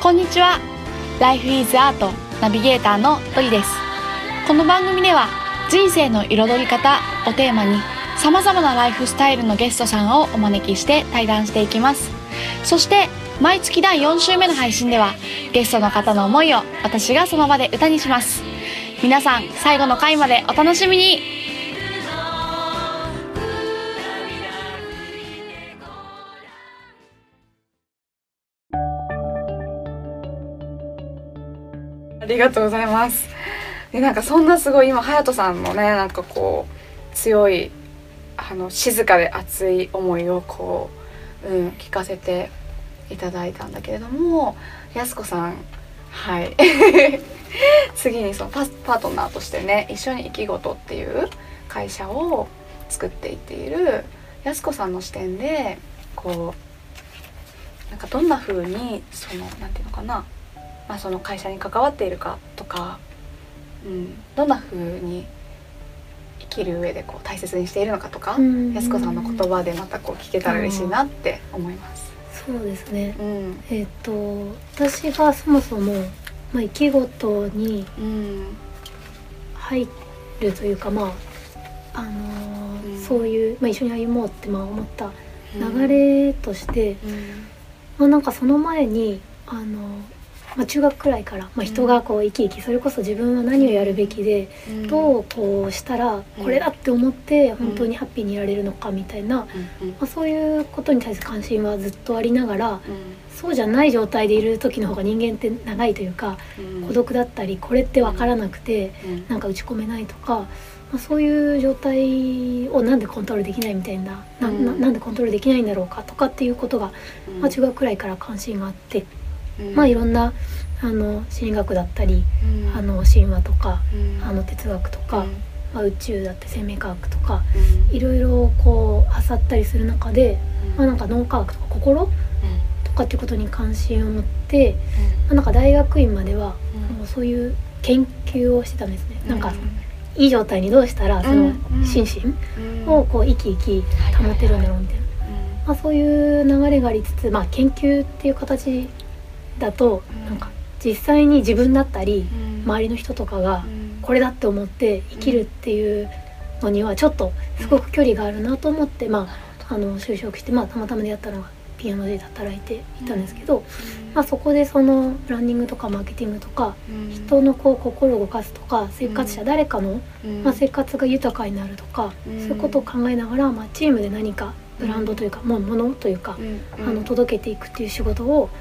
こんにちは。Life is Art ナビゲーターのトリです。この番組では人生の彩り方をテーマに様々なライフスタイルのゲストさんをお招きして対談していきます。そして毎月第4週目の配信ではゲストの方の思いを私がその場で歌にします。皆さん最後の回までお楽しみに。ありがとうございます。でなんかそんなすごい今隼人さんのねなんかこう強い静かで熱い思いをこう、聞かせていただいたんだけれども、やすこさんはい次にそのパートナーとしてね一緒に生きごとっていう会社を作っていっているやすこさんの視点でこうなんかどんな風にそのなんていうのかな、その会社に関わっているかとか、どんな風に生きる上でこう大切にしているのかとか、やすこさんの言葉でまたこう聞けたら嬉しいなって思います。 そうですね、私がそもそも、生きごとに入るというか、そういう、一緒に歩もうって思った流れとして、なんかその前に中学くらいから、人がこう生き生きそれこそ自分は何をやるべきで、どうこうしたらこれだって思って本当にハッピーにいられるのかみたいな、そういうことに対する関心はずっとありながら、そうじゃない状態でいる時の方が人間って長いというか、孤独だったりこれって分からなくて、なんか打ち込めないとか、そういう状態をなんでコントロールできないみたいな、なんでコントロールできないんだろうかとかっていうことが、中学くらいから関心があって。いろんな心理学だったり、神話とか、哲学とか、宇宙だって生命科学とか、いろいろこう漁ったりする中で、なんか脳科学とか心、とかっていうことに関心を持って、なんか大学院まではもうそういう研究をしてたんですね。なんかいい状態にどうしたらその心身をこう生き生き保てるんだろうみたいな、そういう流れがありつつ、研究っていう形だとなんか実際に自分だったり周りの人とかがこれだって思って生きるっていうのにはちょっとすごく距離があるなと思って、就職して、たまたまでやったのがピアノで働いていたんですけど、そこでそのブランディングとかマーケティングとか、人のこう心を動かすとか、生活者誰かの、生活が豊かになるとか、そういうことを考えながら、チームで何かブランドというか、ものというか、届けていくっていう仕事を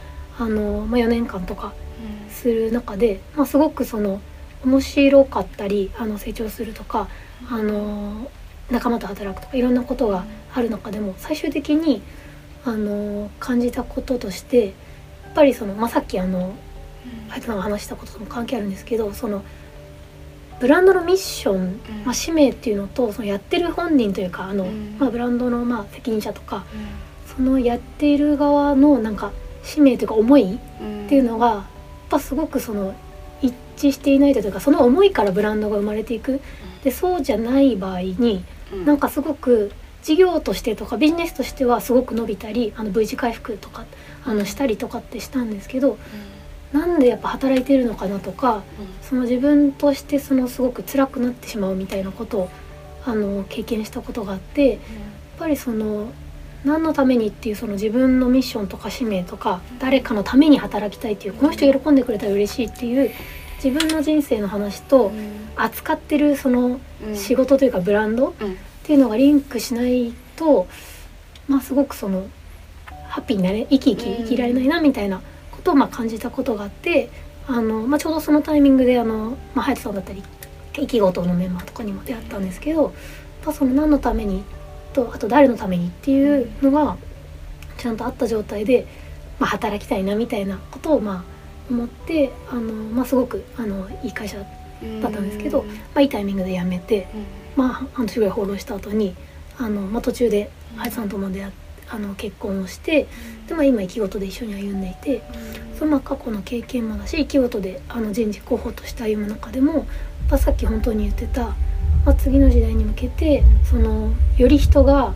4年間とかする中で、すごくその面白かったり成長するとか、仲間と働くとかいろんなことがある中でも、最終的に感じたこととして、やっぱりその、さっき隼人さんが話したこととも関係あるんですけど、そのブランドのミッション、使命っていうのと、そのやってる本人というかブランドの責任者とか、そのやっている側のなんか使命というか思いっていうのがやっぱすごくその一致していないというか、その思いからブランドが生まれていく。でそうじゃない場合に、なんかすごく事業としてとかビジネスとしてはすごく伸びたりV 字回復とかしたりとかってしたんですけど、なんでやっぱ働いてるのかなとか、その自分としてそのすごく辛くなってしまうみたいなことを経験したことがあって、やっぱりその何のためにっていう、その自分のミッションとか使命とか、誰かのために働きたいっていう、この人喜んでくれたら嬉しいっていう自分の人生の話と、扱ってるその仕事というかブランドっていうのがリンクしないと、すごくそのハッピーになれ生きられないなみたいなことを感じたことがあって、ちょうどそのタイミングで隼人さんだったり生きごとのメンバーとかにも出会ったんですけど、その何のためにと、あと誰のためにっていうのがちゃんとあった状態で、働きたいなみたいなことを思って、すごくいい会社だったんですけど、いいタイミングで辞めて、半年ぐらい放浪した後に途中で隼人さんとも出会って結婚をして、で、今生きごとで一緒に歩んでいて、その過去の経験もだし、生きごとで人事候補として歩む中でも、さっき本当に言ってた、次の時代に向けてそのより人が、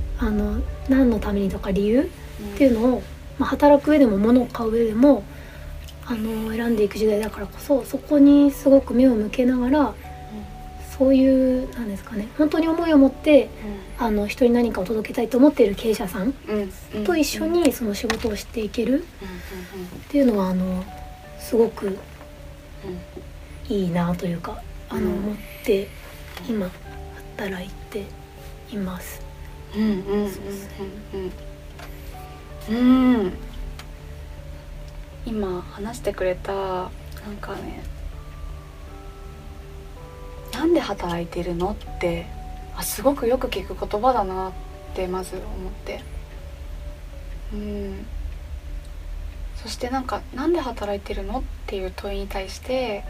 何のためにとか理由っていうのを、働く上でも物を買う上でも選んでいく時代だからこそ、そこにすごく目を向けながら、そういうなんですかね、本当に思いを持って人に何かを届けたいと思っている経営者さんと一緒にその仕事をしていけるっていうのはすごくいいなというか思って今働いています。 今話してくれたなんかね、なんで働いてるのってすごくよく聞く言葉だなってまず思って、そしてなんで働いてるのっていう問いに対して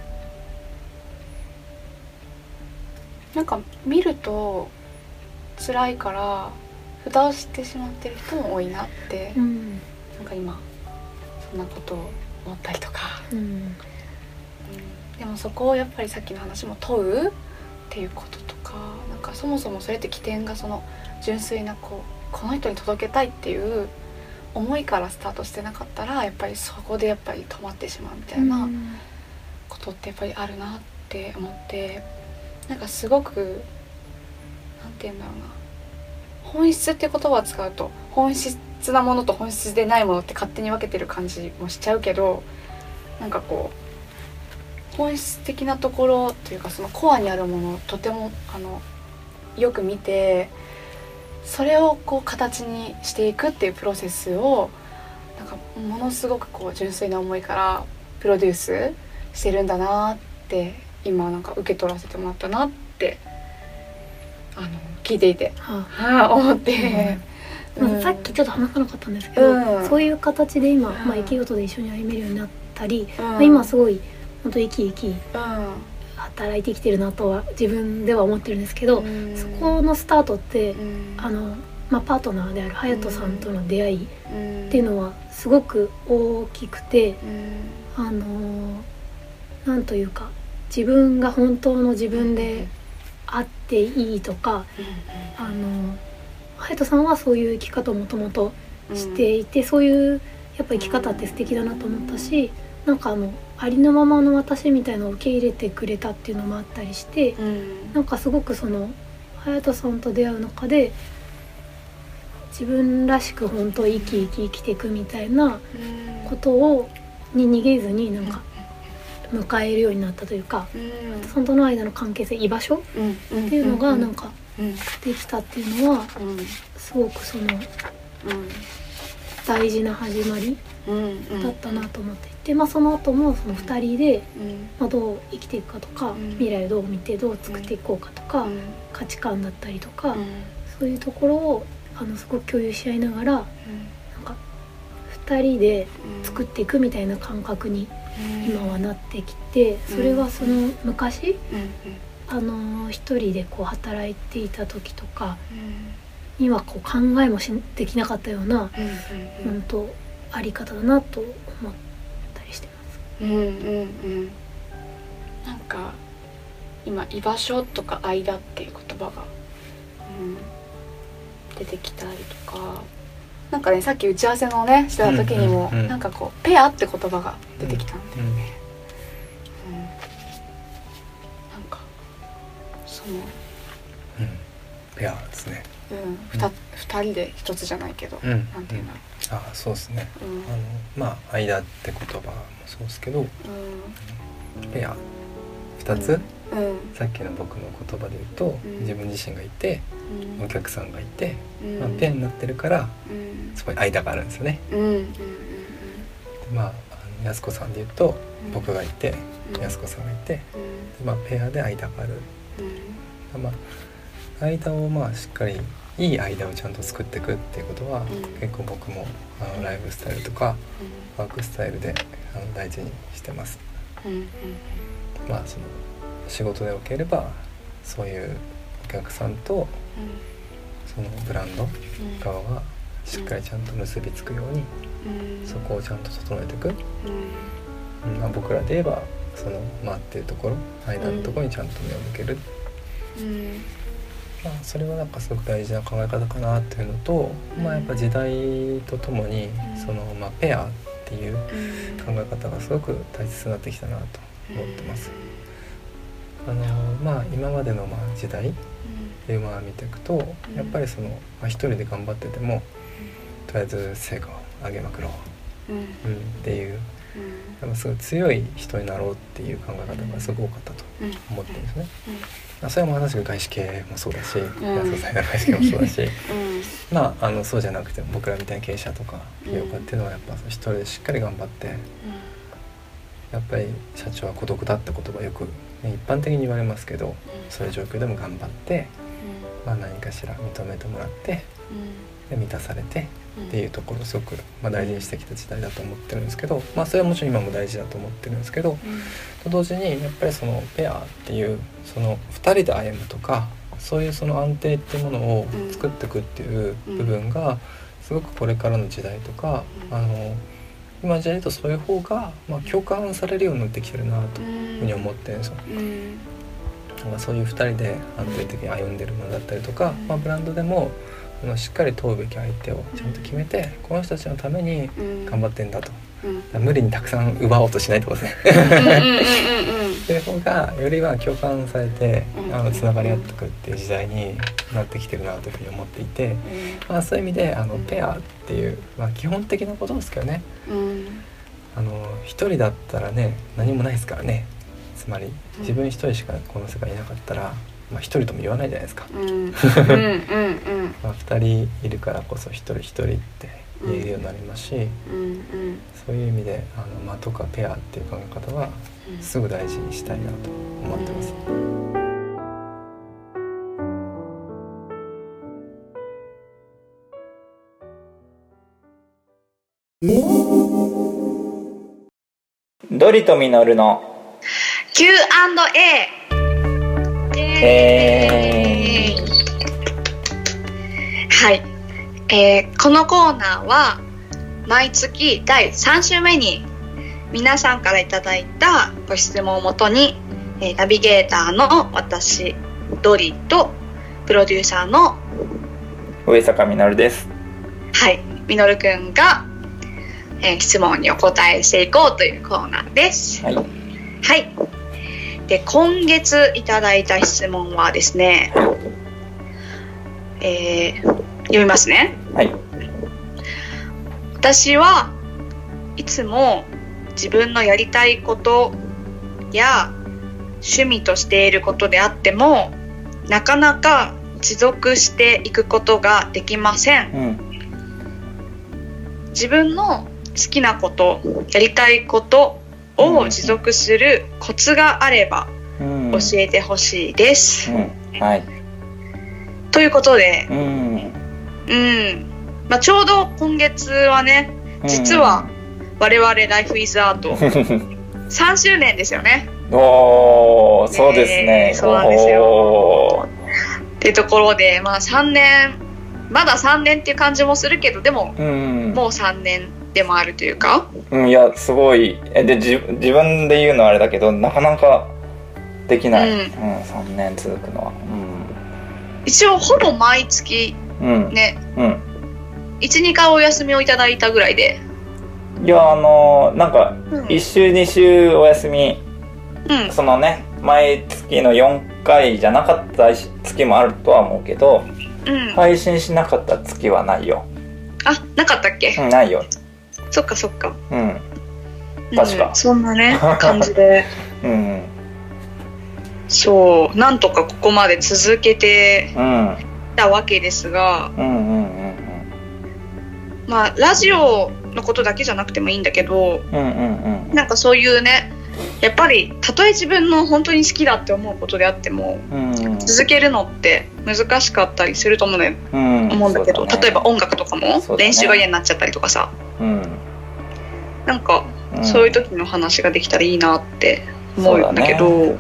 見ると辛いから蓋をしてしまってる人も多いなって、今そんなことを思ったりとか、でもそこをやっぱりさっきの話も問うっていうこととか、そもそもそれって起点がその純粋なこの人に届けたいっていう思いからスタートしてなかったら、やっぱりそこでやっぱり止まってしまうみたいなことってやっぱりあるなって思って、すごくなんて言うんだろうな、本質っていう言葉を使うと本質なものと本質でないものって勝手に分けてる感じもしちゃうけど、本質的なところというかそのコアにあるものをとてもよく見て、それを形にしていくっていうプロセスをものすごく純粋な思いからプロデュースしてるんだなって今受け取らせてもらったなって聞いていて、思って、 さっきちょっと話さなかったんですけど、そういう形で今、生き事で一緒に歩めるようになったり、今すごい本当生き生き働いてきてるなとは自分では思ってるんですけど、そこのスタートって、パートナーである隼人さんとの出会いっていうのはすごく大きくて、なんというか自分が本当の自分であっていいとか、隼人さんはそういう生き方をもともとしていて、そういうやっぱ生き方って素敵だなと思ったし、ありのままの私みたいなのを受け入れてくれたっていうのもあったりして、すごくその隼人さんと出会う中で自分らしく本当生き生きていくみたいなことをに逃げずに迎えるようになったというか、そのとの間の関係性、居場所っていうのができたっていうのはすごくその大事な始まりだったなと思っていて、その後もその2人でどう生きていくかとか、未来をどう見てどう作っていこうかとか、価値観だったりとか、そういうところをすごく共有し合いながら2人で作っていくみたいな感覚に今はなってきて、それはその昔一人で働いていた時とかには考えもできなかったような本当あり方だなと思ったりしてます。 今居場所とか間っていう言葉が、出てきたりとか、さっき打ち合わせのねしてた時にも、ペアって言葉が出てきたんだよね。そのペアですね。 2人で一つじゃないけど、なんていうんだろう。 そうですね。間って言葉もそうですけど、ペア2つ、さっきの僕の言葉で言うと、自分自身がいて、お客さんがいて、ペアになってるから、そこに間があるんですよね。安子さんで言うと、僕がいて、安子さんがいて、ペアで間がある。間をしっかりいい間をちゃんと作っていくっていうことは、結構僕もライフスタイルとかワークスタイルで大事にしてます。その仕事でおければそういうお客さんとそのブランド側がしっかりちゃんと結びつくように、そこをちゃんと整えていく。僕らで言えばそのっていうところ、間のところにちゃんと目を向ける。それはすごく大事な考え方かなっていうのと、やっぱ時代とともにそのペアっっていう考え方がすごく大切になってきたなと思ってます。今までの時代で見ていくと、やっぱりその、一人で頑張っててもとりあえず成果を上げまくろう、っていう、すごい強い人になろうっていう考え方がすごく多かったと思ってるんですね。それも話が外資系もそうだし、安田さんが外資系もそうだし、そうじゃなくて僕らみたいな経営者とか起業家っていうのはやっぱ一人でしっかり頑張って、やっぱり社長は孤独だって言葉よく、一般的に言われますけど、そういう状況でも頑張って、何かしら認めてもらって、で満たされてっていうところをすごく、大事にしてきた時代だと思ってるんですけど、それはもちろん今も大事だと思ってるんですけど、と同時にやっぱりそのペアっていうその2人で歩むとか、そういうその安定っていうものを作っていくっていう部分がすごくこれからの時代とか、今の時代だとそういう方が共感されるようになってきてるなというふうに思ってるんですよ。そういう2人で安定的に歩んでるものだったりとか、ブランドでもしっかり問うべき相手をちゃんと決めて、この人たちのために頑張ってんだと、無理にたくさん奪おうとしないってことですね。っていう方がよりは共感されてつながり合ってくるっていう時代になってきてるなというふうに思っていて、そういう意味でペアっていう、基本的なことですけどね、一人だったらね何もないですからね。つまり自分一人しかこの世界にいなかったら、一人とも言わないじゃないですか。二人いるからこそ一人一人って言えるようになりますし、そういう意味で間とかペアっていう考え方はすぐ大事にしたいなと思ってます。 ドリとミノルの Q&A。はい、このコーナーは毎月第3週目に皆さんからいただいたご質問をもとに、ナビゲーターの私ドリとプロデューサーの上坂ミノルです。 はい、ミノルくんが、質問にお答えしていこうというコーナーです。はい、はい。で、今月いただいた質問はですね、読みますね。はい。私はいつも自分のやりたいことや趣味としていることであってもなかなか持続していくことができません。自分の好きなこと、やりたいことを持続するコツがあれば教えてほしいです。はい。ということで、ちょうど今月はね、実は我々ライフイズアート3周年ですよね。 おー、そうですね。 そうなんですよ。っていうところで、3年、まだ3年っていう感じもするけど、でも、もう3年でもあるというか。 いや、すごい。で、自分で言うのはあれだけど、なかなかできない。3年続くのは。一応、ほぼ毎月、ね、1、2回お休みをいただいたぐらいで。 いや、なんか、1週、2週お休み、そのね、毎月の4回じゃなかった月もあるとは思うけど、配信しなかった月はないよ。 あ、なかったっけ？ ないよ。 そっかそっか。 確か。 そんなね、感じで。そう、なんとかここまで続けてたわけですが、ラジオのことだけじゃなくてもいいんだけど、なんかそういうね、やっぱりたとえ自分の本当に好きだって思うことであっても、続けるのって難しかったりすると思うんだけど、例えば音楽とかも練習が嫌になっちゃったりとかさ、なんかそういう時の話ができたらいいなって思うんだけど、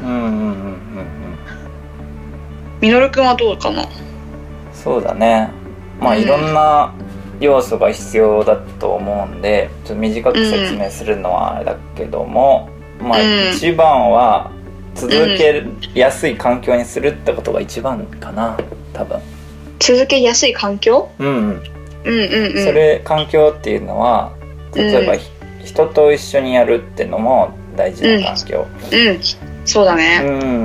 みのるくんはどうかな？ そうだね、いろんな要素が必要だと思うんで、ちょっと短く説明するのはあれだけども、一番は続けやすい環境にするってことが一番かな、多分。 続けやすい環境？それ環境っていうのは、例えば、 人と一緒にやるってのも大事な環境。 そうだね。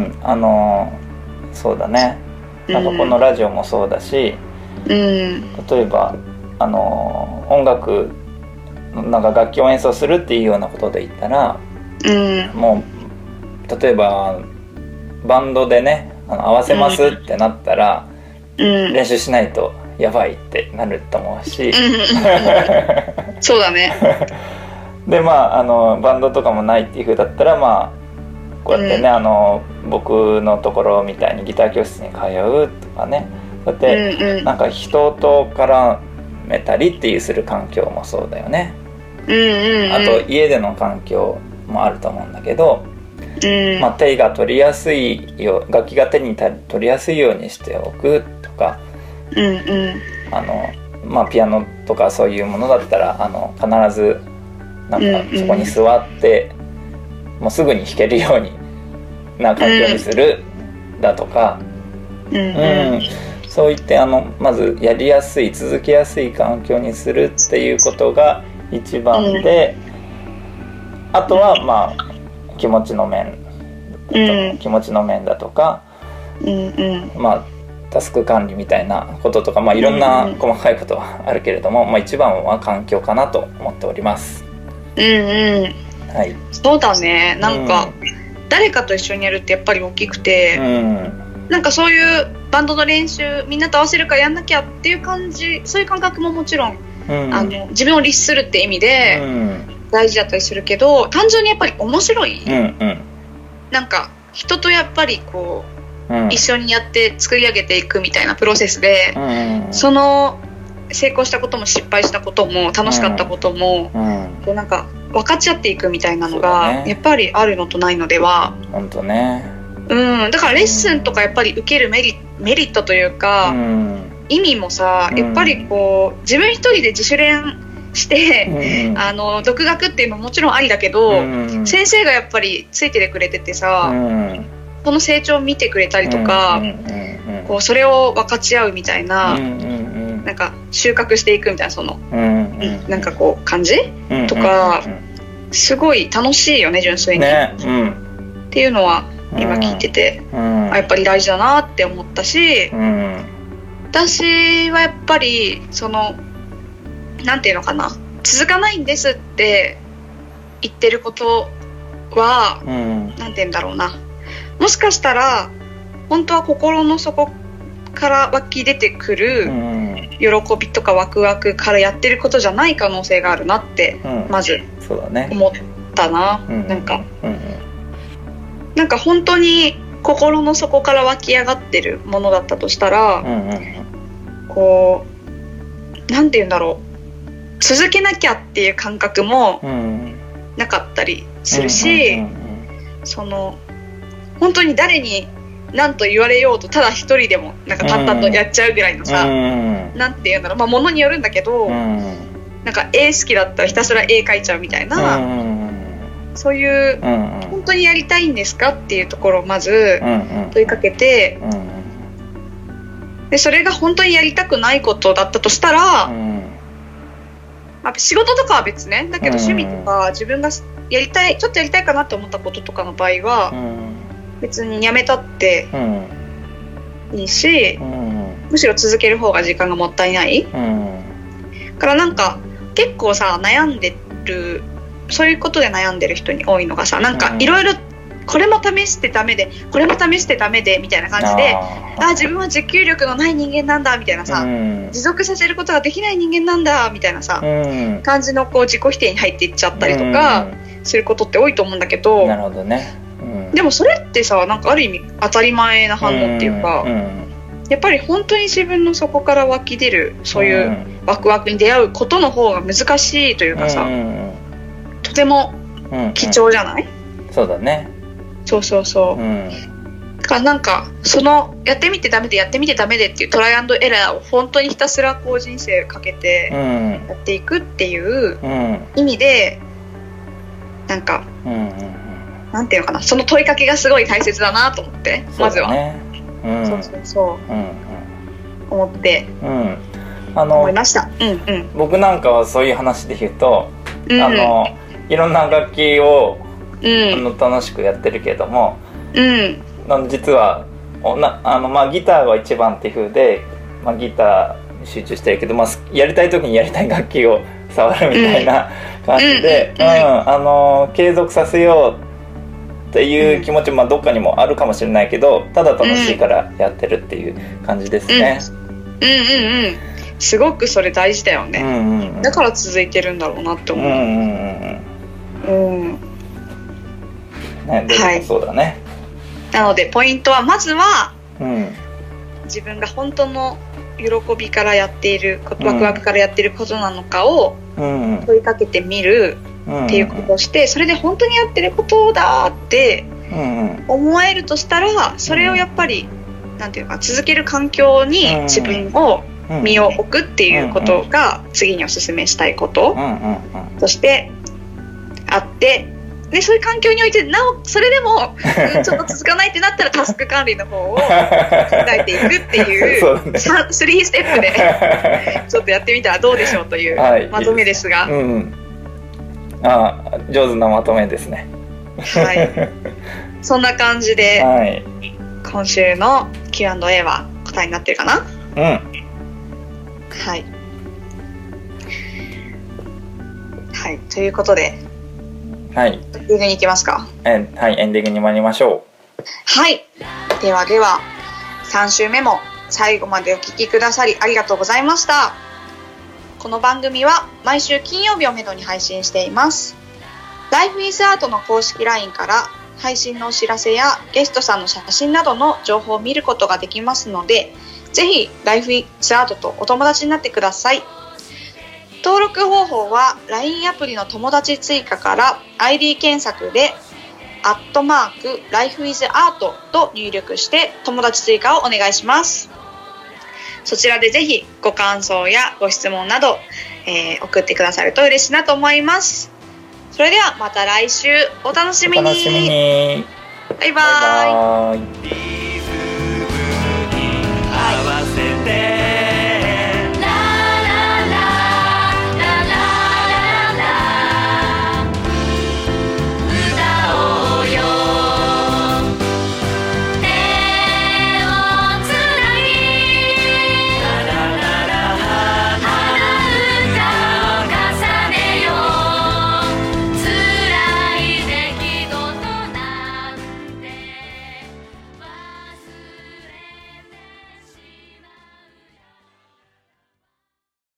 そうだね。なんかこのラジオもそうだし、例えば音楽なんか楽器を演奏するっていうようなことで言ったら、もう例えばバンドでね合わせますってなったら、練習しないとやばいってなると思うし、 そうだね。 でバンドとかもないっていう風だったらこうやってね、僕のところみたいにギター教室に通うとかね、だって、なんか人と絡めたりっていうする環境もそうだよね。あと家での環境もあると思うんだけど、手が取りやすいよう、楽器が手に取りやすいようにしておくとか、ピアノとかそういうものだったら必ずなんかそこに座ってもうすぐに弾けるようにな環境にするだとか、そういってまずやりやすい続けやすい環境にするっていうことが一番で、あとは気持ちの面だとか、タスク管理みたいなこととか、いろんな細かいことはあるけれども、一番は環境かなと思っております。はい、 そうだね。なんか、誰かと一緒にやるってやっぱり大きくて、なんかそういうバンドの練習みんなと合わせるからやんなきゃっていう感じ、そういう感覚ももちろん、自分を律するって意味で大事だったりするけど、単純にやっぱり面白い、なんか人とやっぱりこう、一緒にやって作り上げていくみたいなプロセスで、その成功したことも失敗したことも楽しかったことも、こうなんか分かち合っていくみたいなのが、やっぱりあるのとないのでは。 本当ね。 だからレッスンとかやっぱり受けるメリットというか、意味もさ、やっぱりこう自分一人で自主練して、独学っていうのももちろんありだけど、先生がやっぱりついててくれててさ、その成長を見てくれたりとか、こうそれを分かち合うみたいな、なんか収穫していくみたいな、その、なんかこう感じ、とか、すごい楽しいよね、純粋に、っていうのは今聞いてて、やっぱり大事だなって思ったし、私はやっぱりそのなんていうのかな、続かないんですって言ってることは、なんていうんだろうな、もしかしたら本当は心の底から湧き出てくる喜びとかワクワクからやってることじゃない可能性があるなって、まず思ったな。なんか本当に心の底から湧き上がってるものだったとしたら、こうなんていうんだろう、続けなきゃっていう感覚もなかったりするし、その本当に誰に何と言われようとただ一人でもなんか淡々とやっちゃうぐらいのさ、なんていうんだろう、物によるんだけど、なんか絵好きだったらひたすら絵描いちゃうみたいな、そういう、本当にやりたいんですかっていうところをまず問いかけて、でそれが本当にやりたくないことだったとしたら、仕事とかは別ね、だけど趣味とか自分がやりたい、ちょっとやりたいかなと思ったこととかの場合は、別にやめたっていいし、むしろ続ける方が時間がもったいない、からなんか結構さ、悩んでる、そういうことで悩んでる人に多いのがさ、なんかいろいろこれも試してダメでこれも試してダメでみたいな感じで、自分は持久力のない人間なんだみたいなさ、持続させることができない人間なんだみたいなさ、感じのこう自己否定に入っていっちゃったりとかすることって多いと思うんだけど、 なるほどね。 でもそれってさ、なんかある意味当たり前な反応っていうか、やっぱり本当に自分の底から湧き出るそういうワクワクに出会うことの方が難しいというかさ、とても貴重じゃない？ そうだね。 そう、だからなんかそのやってみてダメでやってみてダメでっていうトライアンドエラーを本当にひたすらこう人生かけてやっていくっていう意味で、なんか、なんていうのかな、その問いかけがすごい大切だなと思って、まずは思って思いました。僕なんかはそういう話で言うと、 いろんな楽器を、楽しくやってるけども、実はギターが一番っていう風で、ギターに集中してるけど、やりたい時にやりたい楽器を触るみたいな感じで、継続させようっていう気持ちもどっかにもあるかもしれないけど、ただ楽しいからやってるっていう感じですね。 すごくそれ大事だよね。だから続いてるんだろうなって思う。 はい、そうだね。 なのでポイントはまずは、自分が本当の喜びからやっているワクワクからやっていることなのかを問いかけてみるっていうことをして、それで本当にやってることだって思えるとしたら、それをやっぱりなんていうか続ける環境に自分を身を置くっていうことが次にお勧めしたいこととしてあって、でそういう環境においてなおそれでもちょっと続かないってなったらタスク管理の方を考えていくっていう3ステップでちょっとやってみたらどうでしょうというまとめですが、 上手なまとめですね。 そんな感じで、今週の Q&A は答えになってるかな。ということで、エンディングに行きますか。 エンディングに参りましょう。では3週目も最後までお聞きくださりありがとうございました。この番組は毎週金曜日をめどに配信しています。Life is Art の公式 LINE から配信のお知らせやゲストさんの写真などの情報を見ることができますので、ぜひ Life is Art とお友達になってください。登録方法は LINE アプリの友達追加から ID 検索で@lifeisart と入力して友達追加をお願いします。そちらでぜひご感想やご質問など、送ってくださると嬉しいなと思います。それではまた来週お楽しみに。バイバイ。